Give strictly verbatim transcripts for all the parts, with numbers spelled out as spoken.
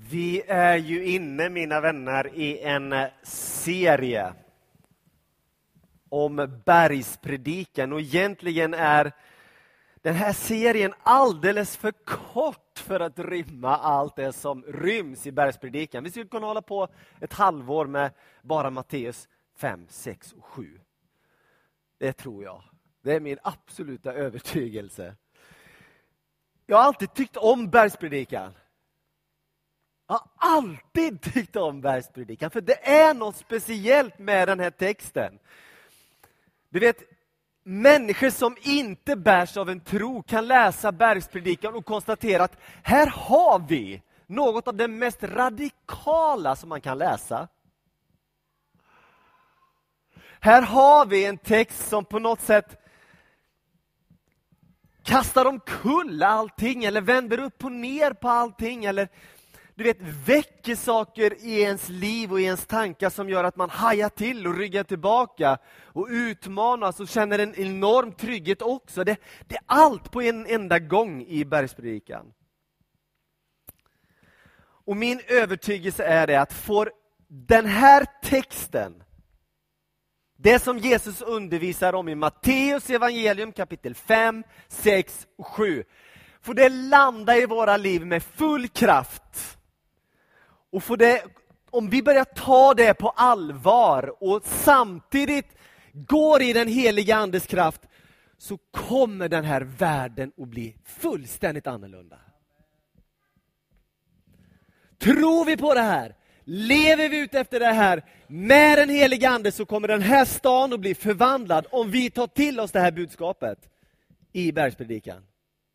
Vi är ju inne, mina vänner, i en serie om bergspredikan. Och egentligen är den här serien alldeles för kort för att rymma allt det som ryms i bergspredikan. Vi skulle kunna hålla på ett halvår med bara Matteus fem, sex och sju. Det tror jag. Det är min absoluta övertygelse. Jag har alltid tyckt om bergspredikan. Jag har alltid tyckt om bergspredikan. För det är något speciellt med den här texten. Du vet, människor som inte bärs av en tro kan läsa bergspredikan och konstatera att här har vi något av det mest radikala som man kan läsa. Här har vi en text som på något sätt kastar omkull allting eller vänder upp och ner på allting eller du vet, väcker saker i ens liv och i ens tankar som gör att man hajar till och ryggar tillbaka och utmanas och känner en enorm trygghet också. Det, det är allt på en enda gång i bergspredikan. Och min övertygelse är det att får den här texten, det som Jesus undervisar om i Matteus evangelium kapitel fem, sex och sju, får det landa i våra liv med full kraft. Och får det, om vi börjar ta det på allvar och samtidigt går i den heliga andes kraft, så kommer den här världen att bli fullständigt annorlunda. Tror vi på det här? Lever vi ut efter det här med den heliga ande, så kommer den här stan att bli förvandlad om vi tar till oss det här budskapet i bergspredikan.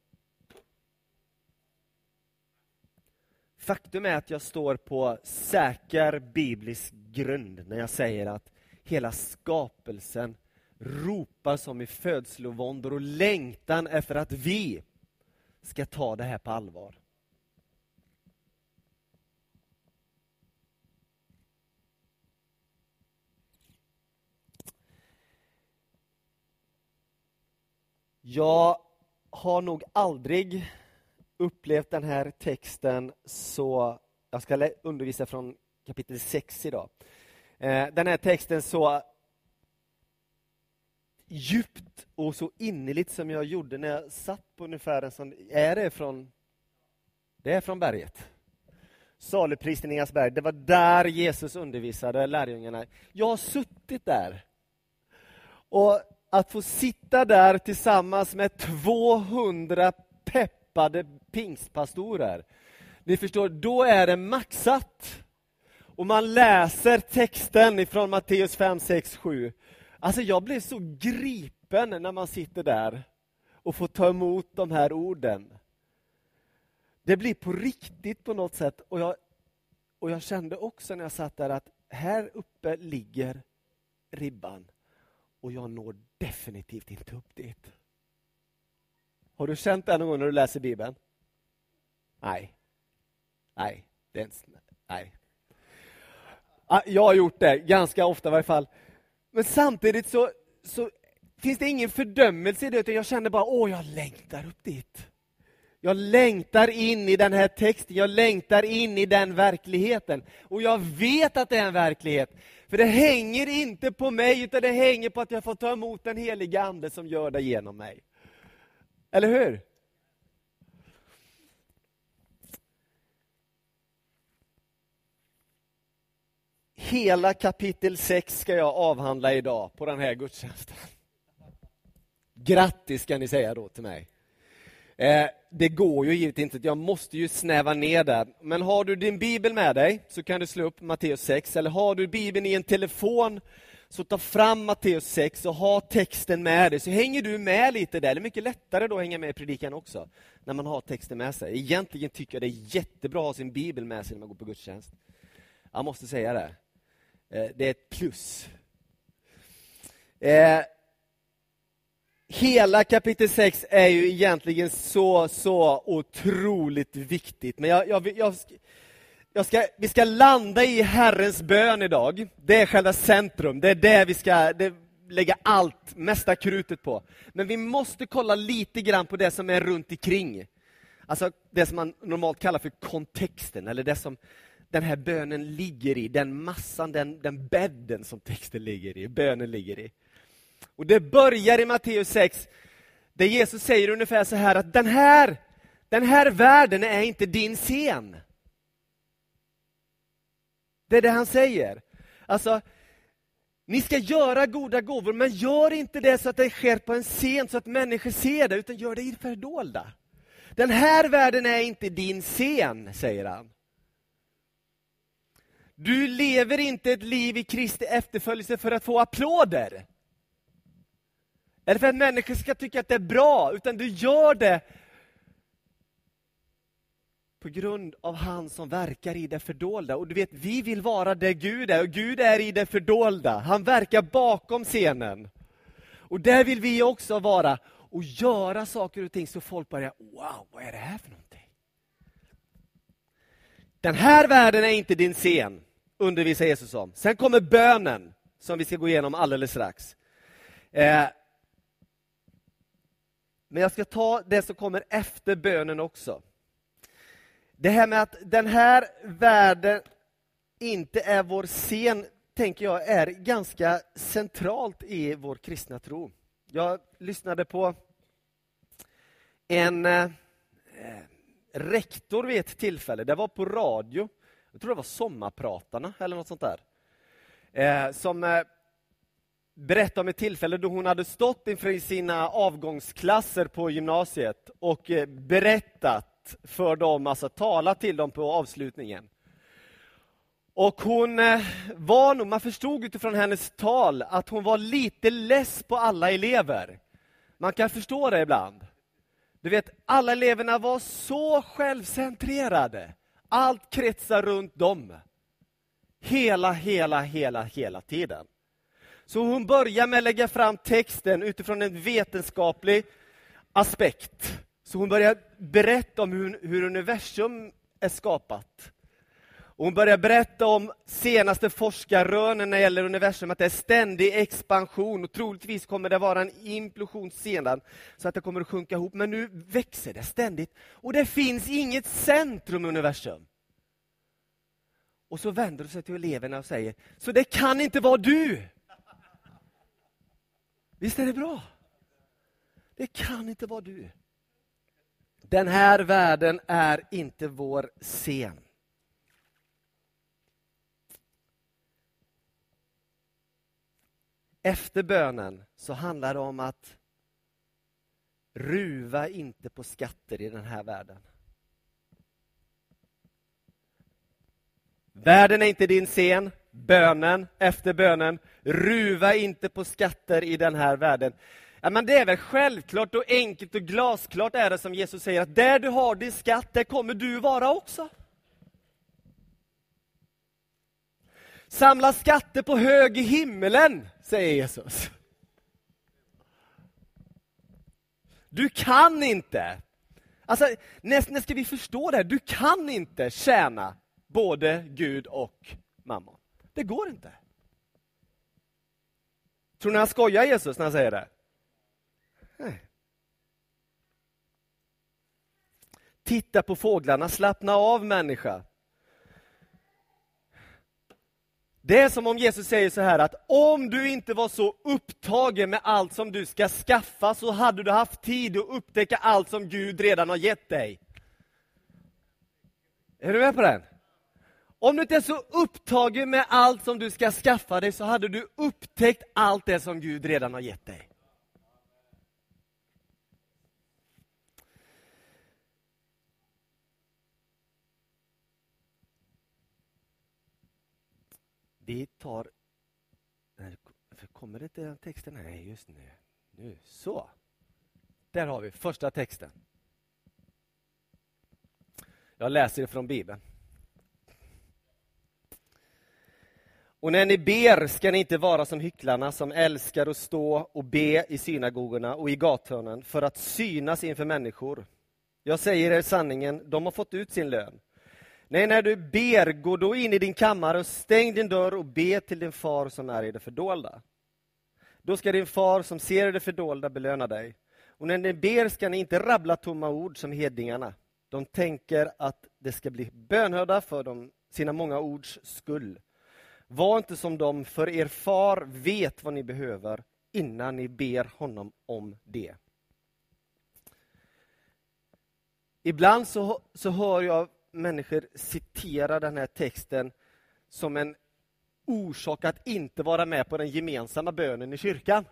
Faktum är att jag står på säker biblisk grund när jag säger att hela skapelsen ropar som i födslovåndor och längtan efter att vi ska ta det här på allvar. Jag har nog aldrig upplevt den här texten så, jag ska undervisa från kapitel sex idag. Den här texten så djupt och så innerligt som jag gjorde när jag satt på ungefär en sån, är det från, det är från berget. Saluprisen berg, det var där Jesus undervisade lärjungarna. Jag har suttit där. Och att få sitta där tillsammans med tvåhundra peppade pingstpastorer. Ni förstår, då är det maxat. Och man läser texten ifrån Matteus fem, sex, sju. Alltså jag blev så gripen när man sitter där och får ta emot de här orden. Det blir på riktigt på något sätt. Och jag, och jag kände också när jag satt där att här uppe ligger ribban. Och jag når definitivt inte upp dit. Har du känt det någon gång när du läser Bibeln? Nej. Nej. Det är inte, nej. Jag har gjort det ganska ofta i varje fall. Men samtidigt så, så finns det ingen fördömelse i det. Utan jag känner bara, åh jag längtar upp dit. Jag längtar in i den här texten. Jag längtar in i den verkligheten. Och jag vet att det är en verklighet. För det hänger inte på mig, utan det hänger på att jag får ta emot den heliga ande som gör det genom mig. Eller hur? Hela kapitel sex ska jag avhandla idag på den här gudstjänsten. Grattis ska ni säga då till mig. Eh, det går ju givetvis inte, jag måste ju snäva ner där. Men har du din bibel med dig så kan du slå upp Matteus sex. Eller har du bibeln i en telefon så ta fram Matteus sex och ha texten med dig. Så hänger du med lite där. Det är mycket lättare då att hänga med i predikan också. När man har texten med sig. Egentligen tycker jag det är jättebra att ha sin bibel med sig när man går på gudstjänst. Jag måste säga det. Eh, det är ett plus. Eh, Hela kapitel sex är ju egentligen så, så otroligt viktigt. Men jag, jag, jag, jag ska, vi ska landa i Herrens bön idag. Det är själva centrum. Det är det vi ska det, lägga allt, mesta krutet på. Men vi måste kolla lite grann på det som är runt omkring. Alltså det som man normalt kallar för kontexten, eller det som den här bönen ligger i, den massan, den, den bädden som texten ligger i, bönen ligger i. Och det börjar i Matteus sex, där Jesus säger ungefär så här att den här, den här världen är inte din scen. Det är det han säger. Alltså, ni ska göra goda gåvor, men gör inte det så att det sker på en scen så att människor ser det, utan gör det i det fördolda. Den här världen är inte din scen, säger han. Du lever inte ett liv i Kristi efterföljelse för att få applåder. Eller för att människor ska tycka att det är bra, utan du gör det på grund av han som verkar i det fördolda. Och du vet, vi vill vara där Gud är, och Gud är i det fördolda. Han verkar bakom scenen. Och där vill vi också vara och göra saker och ting så folk börjar, wow, vad är det här för någonting? Den här världen är inte din scen, undervisar Jesus om. Sen kommer bönen, som vi ska gå igenom alldeles strax. Eh, men jag ska ta det som kommer efter bönen också. Det här med att den här världen inte är vår scen, tänker jag, är ganska centralt i vår kristna tro. Jag lyssnade på en eh, rektor vid ett tillfälle. Det var på radio. Jag tror det var Sommarpratarna eller något sånt där. Eh, som eh, berättade om ett tillfälle då hon hade stått inför sina avgångsklasser på gymnasiet och eh, berättat för dem, alltså talat till dem på avslutningen. Och hon eh, var nog, man förstod utifrån hennes tal att hon var lite less på alla elever. Man kan förstå det ibland. Du vet, alla eleverna var så självcentrerade. Allt kretsar runt dem. Hela, hela, hela, hela tiden. Så hon börjar med att lägga fram texten utifrån en vetenskaplig aspekt. Så hon börjar berätta om hur, hur universum är skapat. Och hon börjar berätta om senaste forskarrönen när det gäller universum, att det är ständig expansion och troligtvis kommer det vara en implosion sedan så att det kommer att sjunka ihop. Men nu växer det ständigt och det finns inget centrum i universum. Och så vänder hon sig till eleverna och säger, så det kan inte vara du. Visst är det bra? Det kan inte vara du. Den här världen är inte vår scen. Efter bönen så handlar det om att ruva inte på skatter i den här världen. Världen är inte din scen. Bönen, efter bönen, ruva inte på skatter i den här världen. Ja, men det är väl självklart och enkelt och glasklart är det som Jesus säger, att där du har din skatt, där kommer du vara också. Samla skatter på hög i himmelen, säger Jesus. Du kan inte. Alltså, när, när ska vi förstå det? Du kan inte tjäna både Gud och mammon. Det går inte. Tror ni han skojar Jesus när han säger det? Nej. Titta på fåglarna, slappna av människa. Det är som om Jesus säger så här att om du inte var så upptagen med allt som du ska skaffa så hade du haft tid att upptäcka allt som Gud redan har gett dig. Är du med på den? Om du inte är så upptagen med allt som du ska skaffa dig så hade du upptäckt allt det som Gud redan har gett dig. Vi tar... Kommer det till den texten? Nej, just nu. nu. Så. Där har vi första texten. Jag läser det från Bibeln. Och när ni ber ska ni inte vara som hycklarna som älskar att stå och be i synagogorna och i gathörnen för att synas inför människor. Jag säger er sanningen, de har fått ut sin lön. Nej, när du ber, gå då in i din kammare och stäng din dörr och be till din far som är i det fördolda. Då ska din far som ser i det fördolda belöna dig. Och när ni ber ska ni inte rabbla tomma ord som hedningarna. De tänker att det ska bli bönhörda för dem, sina många ords skull. Var inte som dem, för er far vet vad ni behöver innan ni ber honom om det. Ibland så, så hör jag människor citera den här texten som en orsak att inte vara med på den gemensamma bönen i kyrkan.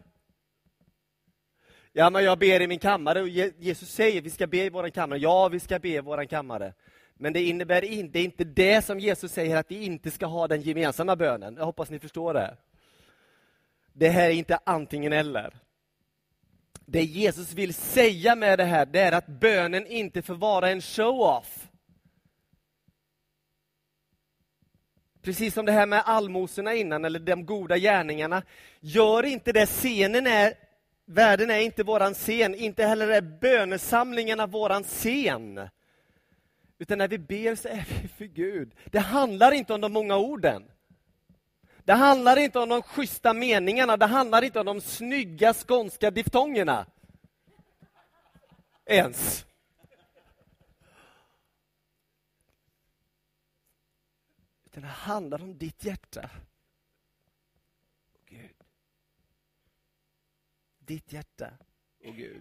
Ja, men jag ber i min kammare och Jesus säger vi ska be i vår kammare. Ja, vi ska be i vår kammare. Men det innebär inte, det är inte det som Jesus säger att vi inte ska ha den gemensamma bönen. Jag hoppas ni förstår det. Det här är inte antingen eller. Det Jesus vill säga med det här, det är att bönen inte får vara en show-off. Precis som det här med allmosorna innan, eller de goda gärningarna. Gör inte det, scenen är, världen är inte våran scen, inte heller är bönesamlingarna våran scen. Utan när vi ber så är vi för Gud. Det handlar inte om de många orden. Det handlar inte om de schyssta meningarna. Det handlar inte om de snygga skånska diftongerna. Ens. Utan det handlar om ditt hjärta. Gud. Ditt hjärta och Gud.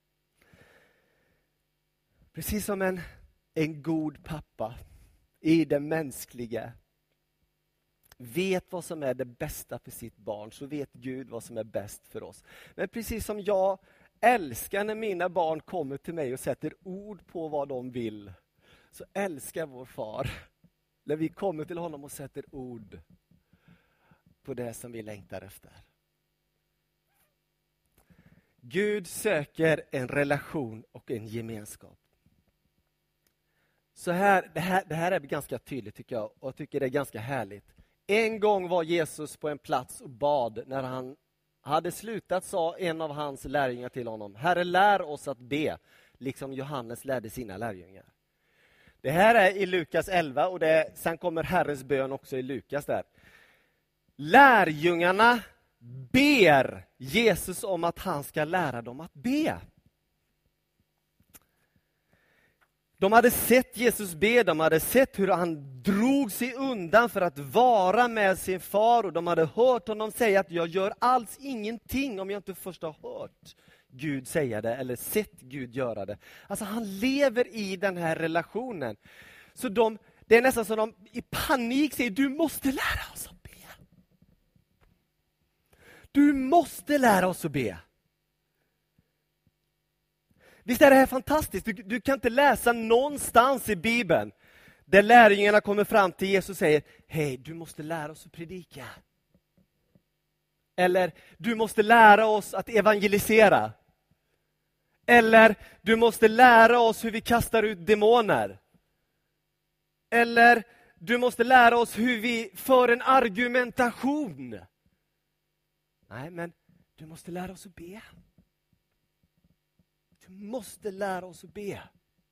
Precis som en, en god pappa i det mänskliga vet vad som är det bästa för sitt barn, så vet Gud vad som är bäst för oss. Men precis som jag älskar när mina barn kommer till mig och sätter ord på vad de vill, så älskar vår far när vi kommer till honom och sätter ord på det som vi längtar efter. Gud söker en relation och en gemenskap. Så här, det, här, det här är ganska tydligt tycker jag, och jag tycker det är ganska härligt. En gång var Jesus på en plats och bad. När han hade slutat sa en av hans lärjungar till honom: Herre, lär oss att be, liksom Johannes lärde sina lärjungar. Det här är i Lukas elva, och det, sen kommer Herrens bön också i Lukas där. Lärjungarna ber Jesus om att han ska lära dem att be. De hade sett Jesus be, de hade sett hur han drog sig undan för att vara med sin far, och de hade hört honom säga att jag gör alls ingenting om jag inte först har hört Gud säga det eller sett Gud göra det. Alltså han lever i den här relationen. Så de, det är nästan som de i panik säger: du måste lära oss att be. Du måste lära oss att be. Visst är det här fantastiskt? Du, du kan inte läsa någonstans i Bibeln där lärjungarna kommer fram till Jesus och säger: hej, du måste lära oss att predika. Eller du måste lära oss att evangelisera. Eller du måste lära oss hur vi kastar ut demoner. Eller du måste lära oss hur vi för en argumentation. Nej, men du måste lära oss att be. Du måste lära oss att be.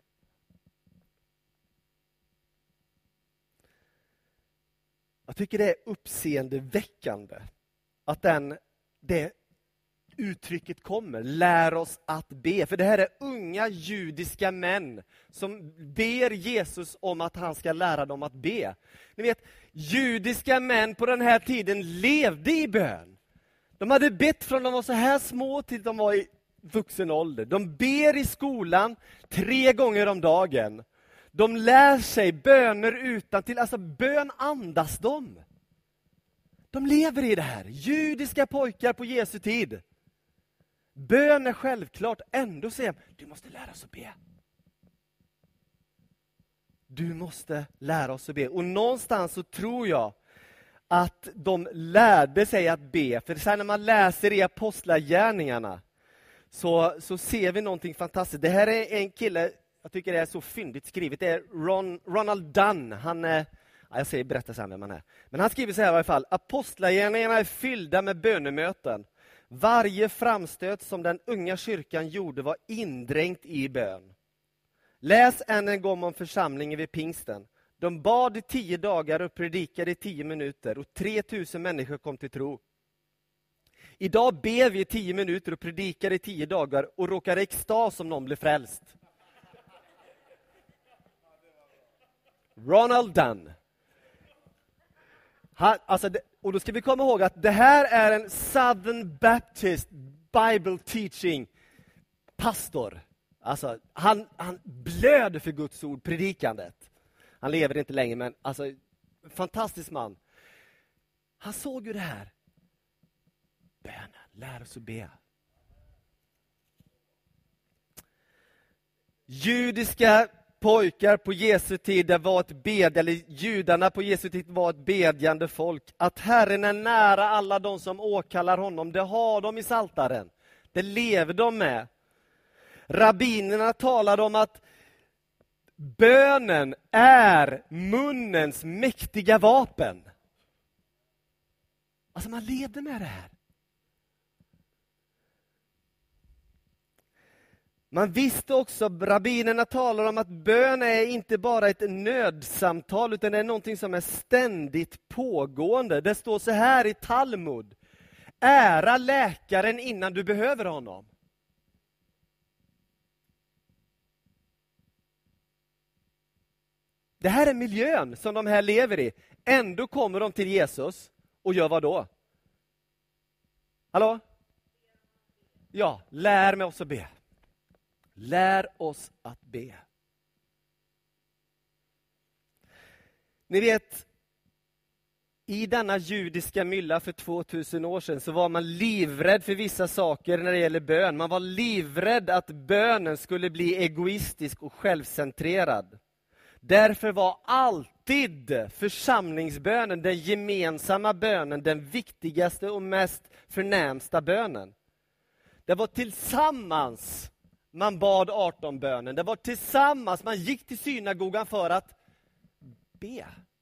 Jag tycker det är uppseendeväckande att den, det uttrycket kommer. Lär oss att be. För det här är unga judiska män som ber Jesus om att han ska lära dem att be. Ni vet, judiska män på den här tiden levde i bön. De hade bett från de var så här små till de var i vuxen ålder. De ber i skolan tre gånger om dagen. De lär sig böner utan till, alltså bön andas de. De lever i det här. Judiska pojkar på Jesu tid. Bön är självklart, ändå säger de, du måste lära oss att be. Du måste lära oss att be. Och någonstans så tror jag att de lärde sig att be. För sen när man läser i apostlagärningarna så, så ser vi någonting fantastiskt. Det här är en kille, jag tycker det är så fyndigt skrivet. Det är Ron, Ronald Dunn. Han är, ja, jag säger berätta sen vem han är. Men han skriver så här i alla fall. Apostlagärningarna är fyllda med bönemöten. Varje framstöt som den unga kyrkan gjorde var indränkt i bön. Läs än en gång om församlingen vid pingsten. De bad i tio dagar och predikade i tio minuter och tre tusen människor kom till tro. Idag ber vi i tio minuter och predikar i tio dagar och råkar i extas om någon blir frälst. Ronald Dunn. Han, alltså det, och då ska vi komma ihåg att det här är en Southern Baptist Bible teaching pastor. Alltså, han, han blöder för Guds ord, predikandet. Han lever inte längre, men alltså, fantastisk man. Han såg ju det här. Bönen, lär oss att be. Judiska pojkar på Jesu tid, det var ett bed, eller judarna på Jesu tid var ett bedjande folk. Att Herren är nära alla de som åkallar honom, det har de i Psaltaren. Det lever de med. Rabbinerna talade om att bönen är munnens mäktiga vapen. Alltså man levde med det här. Man visste också, rabbinerna talar om att bön är inte bara ett nödsamtal, utan det är någonting som är ständigt pågående. Det står så här i Talmud: ära läkaren innan du behöver honom. Det här är miljön som de här lever i. Ändå kommer de till Jesus och gör vad då? Hallå? Ja, lär mig oss att be. Lär oss att be. Ni vet, i denna judiska mylla för tvåtusen år sedan så var man livrädd för vissa saker när det gäller bön. Man var livrädd att bönen skulle bli egoistisk och självcentrerad. Därför var alltid församlingsbönen, den gemensamma bönen, den viktigaste och mest förnämsta bönen. Det var tillsammans man bad arton bönen. Det var tillsammans man gick till synagogan för att be.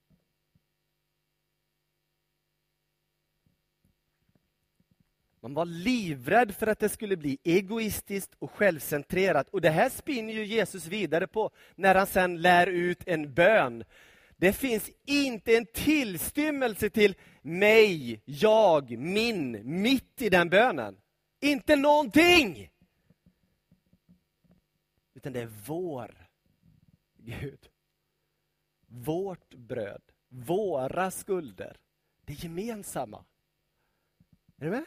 Man var livrädd för att det skulle bli egoistiskt och självcentrerat. Och det här spinner ju Jesus vidare på när han sen lär ut en bön. Det finns inte en tillstymmelse till mig, jag, min, mitt i den bönen. Inte någonting! Utan det är vår Gud. Vårt bröd. Våra skulder. Det gemensamma. Är du med?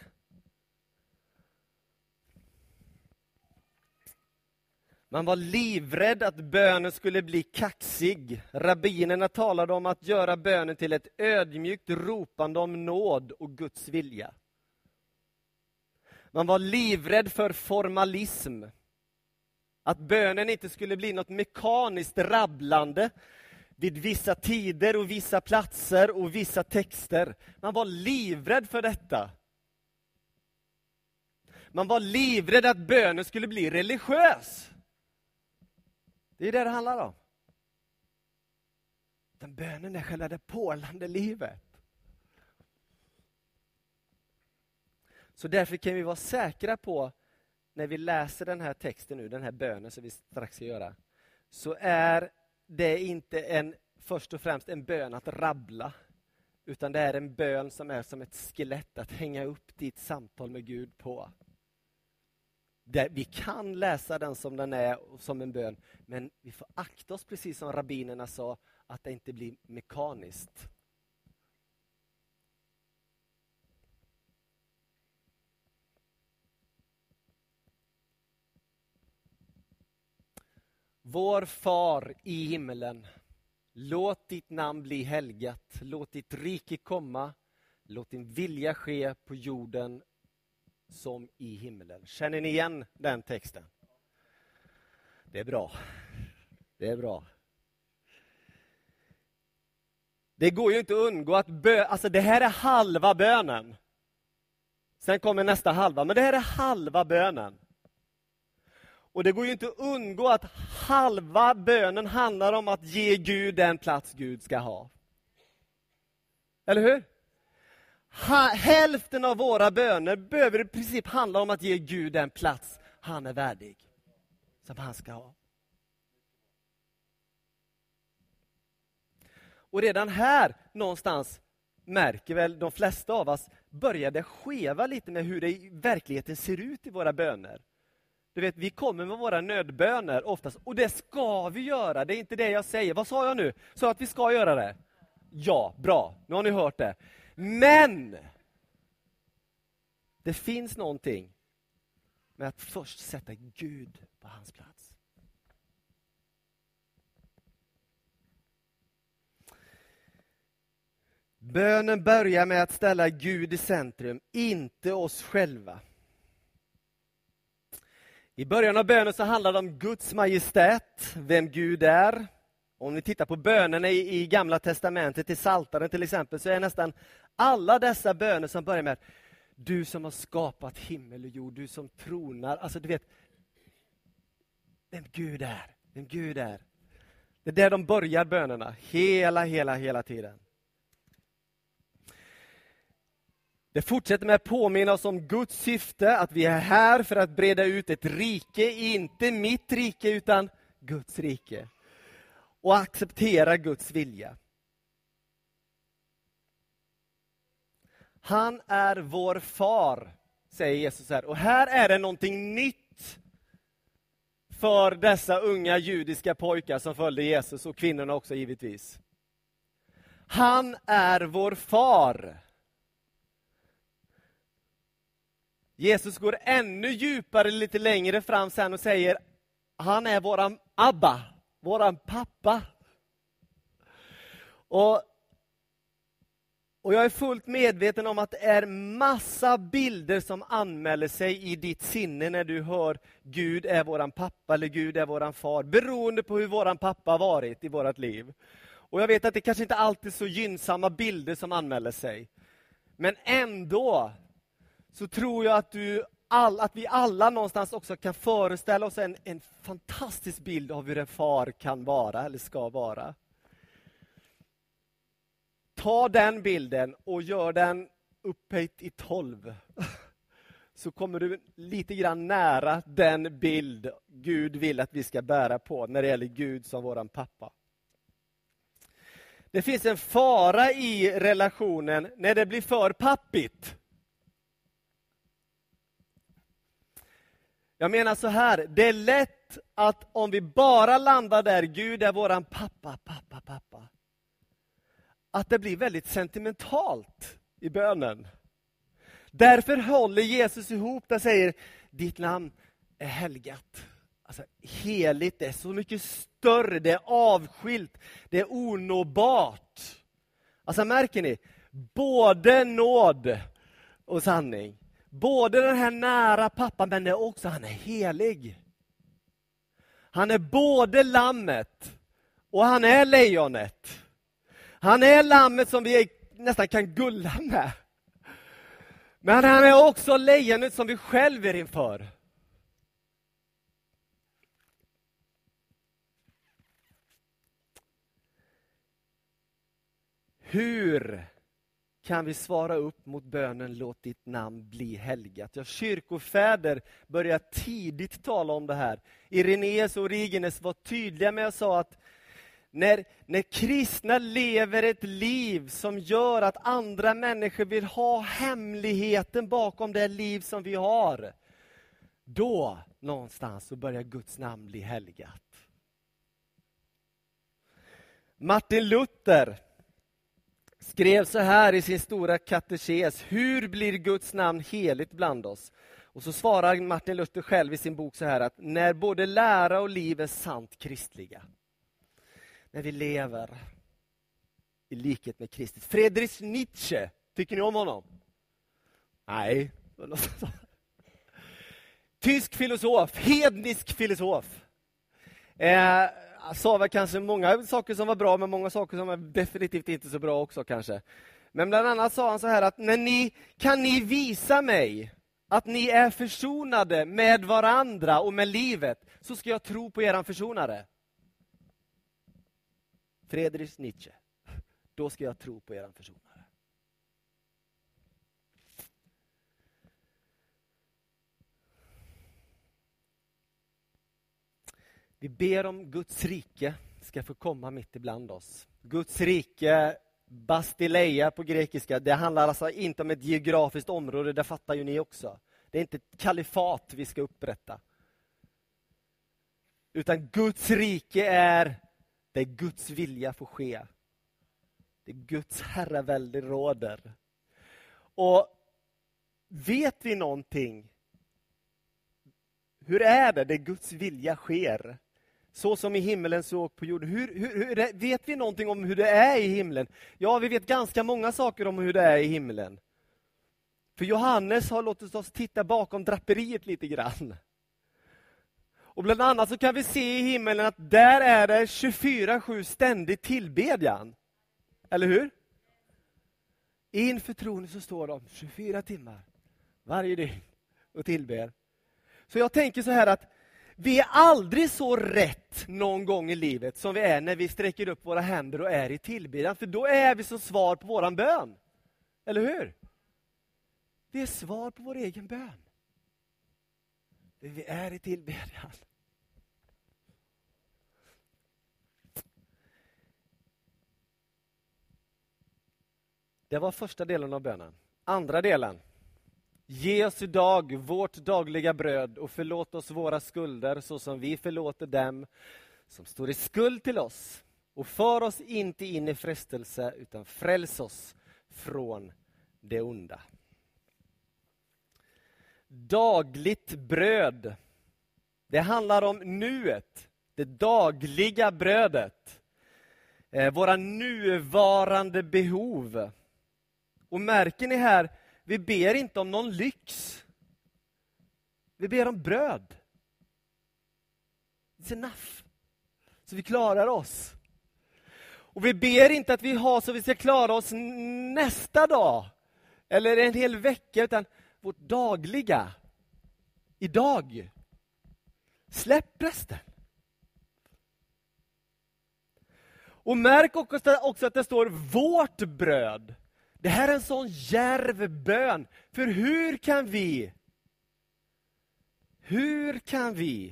Man var livrädd att bönen skulle bli kaxig. Rabbinerna talade om att göra bönen till ett ödmjukt ropande om nåd och Guds vilja. Man var livrädd för formalism. Att bönen inte skulle bli något mekaniskt rabblande vid vissa tider och vissa platser och vissa texter. Man var livrädd för detta. Man var livrädd att bönen skulle bli religiös. Det är det det handlar om. Den bönen är själva det pålande livet. Så därför kan vi vara säkra på, när vi läser den här texten nu, den här bönen som vi strax ska göra, så är det inte en, först och främst en bön att rabbla, utan det är en bön som är som ett skelett att hänga upp ditt samtal med Gud på. Det, vi kan läsa den som den är, som en bön, men vi får akta oss, precis som rabbinerna sa, att det inte blir mekaniskt. Vår far i himmelen, låt ditt namn bli helgat, låt ditt rike komma, låt din vilja ske på jorden som i himmelen. Känner ni igen den texten? Det är bra. Det är bra. Det går ju inte att undgå att bö, alltså det här är halva bönen. Sen kommer nästa halva, men det här är halva bönen. Och det går ju inte att undgå att halva bönen handlar om att ge Gud den plats Gud ska ha. Eller hur? Ha, hälften av våra böner behöver i princip handla om att ge Gud den plats han är värdig. Som han ska ha. Och redan här någonstans märker väl de flesta av oss, börjar det skeva lite med hur det i verkligheten ser ut i våra böner. Du vet, vi kommer med våra nödböner oftast. Och det ska vi göra. Det är inte det jag säger. Vad sa jag nu? Så att vi ska göra det? Ja, bra. Nu har ni hört det. Men det finns någonting med att först sätta Gud på hans plats. Bönen börjar med att ställa Gud i centrum, inte oss själva. I början av bönen så handlar det om Guds majestät, vem Gud är. Om ni tittar på bönerna i, i Gamla testamentet, i Psaltaren till exempel, så är nästan alla dessa böner som börjar med du som har skapat himmel och jord, du som tronar. Alltså du vet, vem Gud är, vem Gud är. Det är där de börjar bönerna, hela, hela, hela tiden. Det fortsätter med att påminna oss om Guds syfte, att vi är här för att breda ut ett rike, inte mitt rike utan Guds rike. Och acceptera Guds vilja. Han är vår far, säger Jesus här. Och här är det någonting nytt för dessa unga judiska pojkar som följde Jesus, och kvinnorna också givetvis. Han är vår far. Jesus går ännu djupare lite längre fram sen och säger han är våran Abba, våran pappa. Och, och jag är fullt medveten om att det är massa bilder som anmäler sig i ditt sinne när du hör Gud är våran pappa eller Gud är våran far, beroende på hur våran pappa har varit i vårt liv. Och jag vet att det kanske inte alltid är så gynnsamma bilder som anmäler sig. Men ändå så tror jag att, du all, att vi alla någonstans också kan föreställa oss en, en fantastisk bild av hur en far kan vara eller ska vara. Ta den bilden och gör den upphöjt i tolv. Så kommer du lite grann nära den bild Gud vill att vi ska bära på när det gäller Gud som våran pappa. Det finns en fara i relationen när det blir för pappigt. Jag menar så här, det är lätt att om vi bara landar där, Gud är våran pappa, pappa, pappa. Att det blir väldigt sentimentalt i bönen. Därför håller Jesus ihop och säger, ditt namn är helgat. Alltså heligt, det är så mycket större, det är avskilt, det är onåbart. Alltså märker ni, både nåd och sanning. Både den här nära pappan, men det är också han är helig. Han är både lammet och han är lejonet. Han är lammet som vi nästan kan gulla med. Men han är också lejonet som vi själv är inför. Hur kan vi svara upp mot bönen låt ditt namn bli helgat? Ja, kyrkofäder börjar tidigt tala om det här. Irenaeus och Origenes var tydliga med att säga att när, när kristna lever ett liv som gör att andra människor vill ha hemligheten bakom det liv som vi har, då någonstans så börjar Guds namn bli helgat. Martin Luther skrev så här i sin stora katekes: hur blir Guds namn heligt bland oss? Och så svarar Martin Luther själv i sin bok så här, att när både lära och liv är sant kristliga. När vi lever i likhet med Kristus. Friedrich Nietzsche, tycker ni om honom? Nej. Tysk filosof, hednisk filosof. Eh, sa väl kanske många saker som var bra, men många saker som var definitivt inte så bra också kanske. Men bland annat sa han så här att när ni, kan ni visa mig att ni är försonade med varandra och med livet, så ska jag tro på eran försonare. Friedrich Nietzsche. Då ska jag tro på eran försonare. Vi ber om Guds rike ska få komma mitt ibland oss. Guds rike, Bastileia på grekiska, det handlar alltså inte om ett geografiskt område, det fattar ju ni också. Det är inte ett kalifat vi ska upprätta, Utan Guds rike är där Guds vilja får ske. Det Guds herravälde råder. Och vet vi någonting? Hur är det där Guds vilja sker? Så som i himlen så på jorden. Hur, hur, hur är, vet vi någonting om hur det är i himlen? Ja, vi vet ganska många saker om hur det är i himlen. För Johannes har låtit oss titta bakom draperiet lite grann. Och bland annat så kan vi se i himlen att där är det tjugofyra sju ständig tillbedjan. Eller hur? Inför tronen så står de tjugofyra timmar varje dygn och tillber. Så jag tänker så här att vi är aldrig så rätt någon gång i livet som vi är när vi sträcker upp våra händer och är i tillbedjan. För då är vi så svar på våran bön. Eller hur? Vi är svar på vår egen bön. Vi är i tillbedjan. Det var första delen av bönen. Andra delen. Ge oss idag vårt dagliga bröd och förlåt oss våra skulder så som vi förlåter dem som står i skuld till oss. Och för oss inte in i frestelse utan fräls oss från det onda. Dagligt bröd. Det handlar om nuet. Det dagliga brödet. Eh, våra nuvarande behov. Och märker ni här, vi ber inte om någon lyx. Vi ber om bröd. It's enough. Så vi klarar oss. Och vi ber inte att vi har så vi ska klara oss nästa dag. Eller en hel vecka, utan vårt dagliga. Idag. Släpp resten. Och märk också att det står vårt bröd. Det här är en sån djärv bön. För hur kan vi, hur kan vi,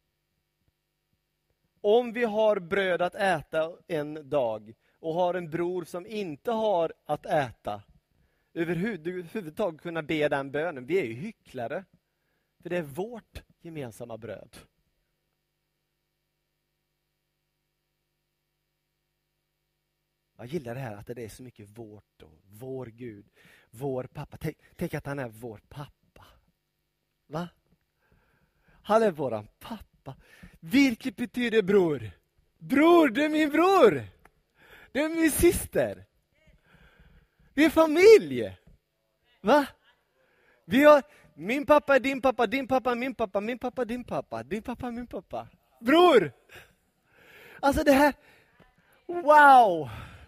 om vi har bröd att äta en dag och har en bror som inte har att äta, överhuvudtaget kunna be den bönen? Vi är ju hycklare. För det är vårt gemensamma bröd. Jag gillar det här att det är så mycket vårt och vår Gud, vår pappa. Tänk, tänk att han är vår pappa. Va? Han är våran pappa. Vilket betyder bror? Bror, du är min bror. Du är min syster. Vi är familj. Va? Vi har, min pappa är din pappa, din pappa är min pappa, min pappa är din pappa, din pappa är min pappa. Bror! Alltså det här, wow!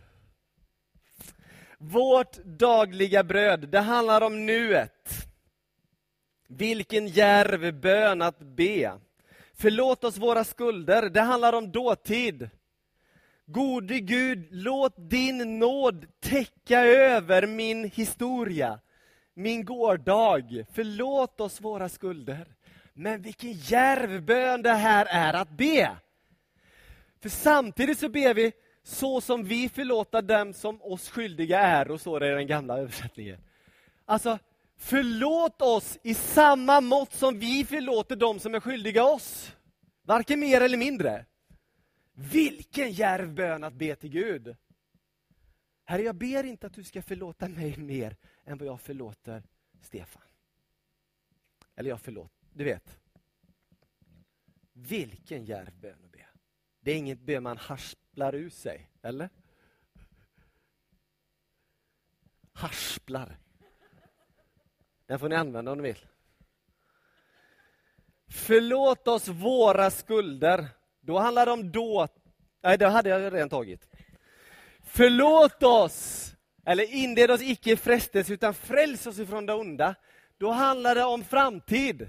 Vårt dagliga bröd, det handlar om nuet. Vilken djärv bön att be. Förlåt oss våra skulder, det handlar om dåtid. Gode Gud, låt din nåd täcka över min historia, min gårdag. Förlåt oss våra skulder. Men vilken djärv bön det här är att be. För samtidigt så ber vi så som vi förlåter dem som oss skyldiga är, och så är det i den gamla översättningen. Alltså, förlåt oss i samma mått som vi förlåter dem som är skyldiga oss. Varken mer eller mindre. Vilken djärv bön att be till Gud. Herre, jag ber inte att du ska förlåta mig mer än vad jag förlåter Stefan. Eller jag förlåt, du vet. Vilken djärv bön att be. Det är inget bön man harsplar ur sig, eller? Harsplar. Den får ni använda om ni vill. Förlåt oss våra skulder. Då handlar det om då... Nej, det hade jag redan tagit. Förlåt oss. Eller inled oss icke i frestelse utan fräls oss ifrån det onda. Då handlar det om framtid.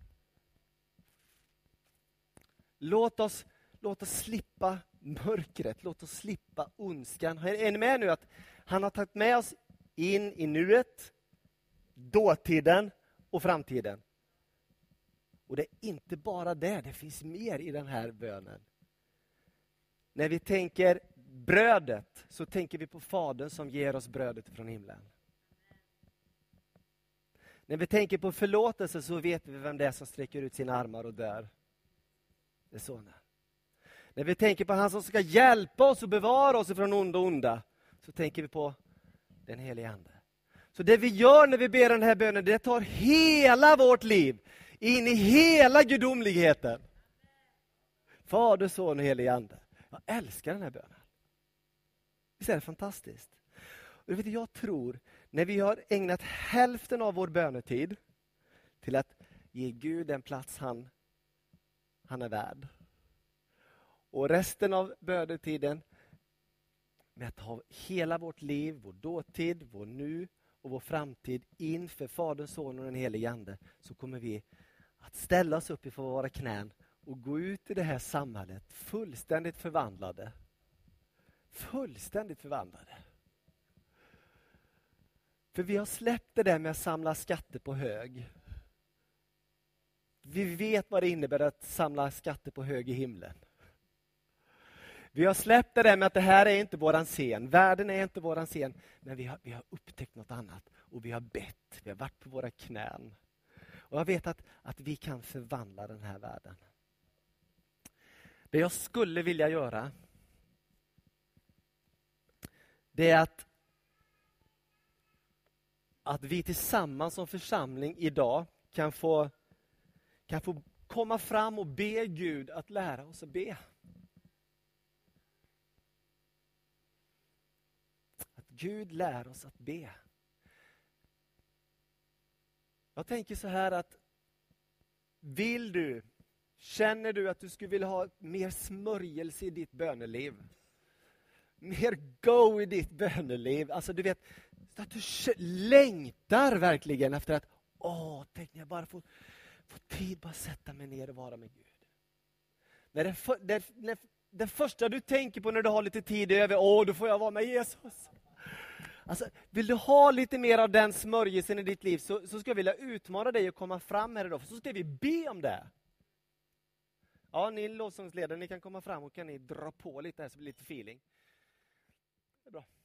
Låt oss, låt oss slippa mörkret. Låt oss slippa ondskan. Är ni med nu att han har tagit med oss in i nuet, dåtiden och framtiden? Och det är inte bara det, det finns mer i den här bönen. När vi tänker brödet så tänker vi på Fadern som ger oss brödet från himlen. När vi tänker på förlåtelse så vet vi vem det är som sträcker ut sina armar och dör. det är Sonen. När vi tänker på han som ska hjälpa oss och bevara oss från onda och onda, så tänker vi på den helige Ande. Så det vi gör när vi ber den här bönen, det tar hela vårt liv in i hela gudomligheten. Fader, Son och helige Ande. Jag älskar den här bönen. Visst är det fantastiskt? Och du vet, jag tror, när vi har ägnat hälften av vår bönetid till att ge Gud den plats han, han är värd. Och resten av bönetiden med att ha hela vårt liv, vår dåtid, vår nu och vår framtid inför Fadern, Son och den helige Ande, så kommer vi att ställa oss upp ifrån våra knän och gå ut i det här samhället fullständigt förvandlade. Fullständigt förvandlade. För vi har släppt det där med att samla skatter på hög. Vi vet vad det innebär att samla skatter på hög i himlen. Vi har släppt det där med att det här är inte våran scen. Världen är inte våran scen. Men vi har, vi har upptäckt något annat. Och vi har bett. Vi har varit på våra knän. Och jag vet att, att vi kan förvandla den här världen. Det jag skulle vilja göra, det är att, att vi tillsammans som församling idag kan få, kan få komma fram och be Gud att lära oss att be. Att Gud lär oss att be. Jag tänker så här att vill du, känner du att du skulle vilja ha mer smörjelse i ditt böneliv? Mer go i ditt böneliv. Alltså du vet, att du längtar verkligen efter att, åh, tänk när jag bara får, får tid bara sätta mig ner och vara med Gud. När det, för, det, när, det första du tänker på när du har lite tid över, åh, då får jag vara med Jesus. Alltså, vill du ha lite mer av den smörjelsen i ditt liv, så, så ska jag vilja utmana dig att komma fram här idag. För så ska vi be om det. Ja, ni lovsångsledare, ni kan komma fram och kan ni dra på lite här så blir det lite feeling. Det är bra.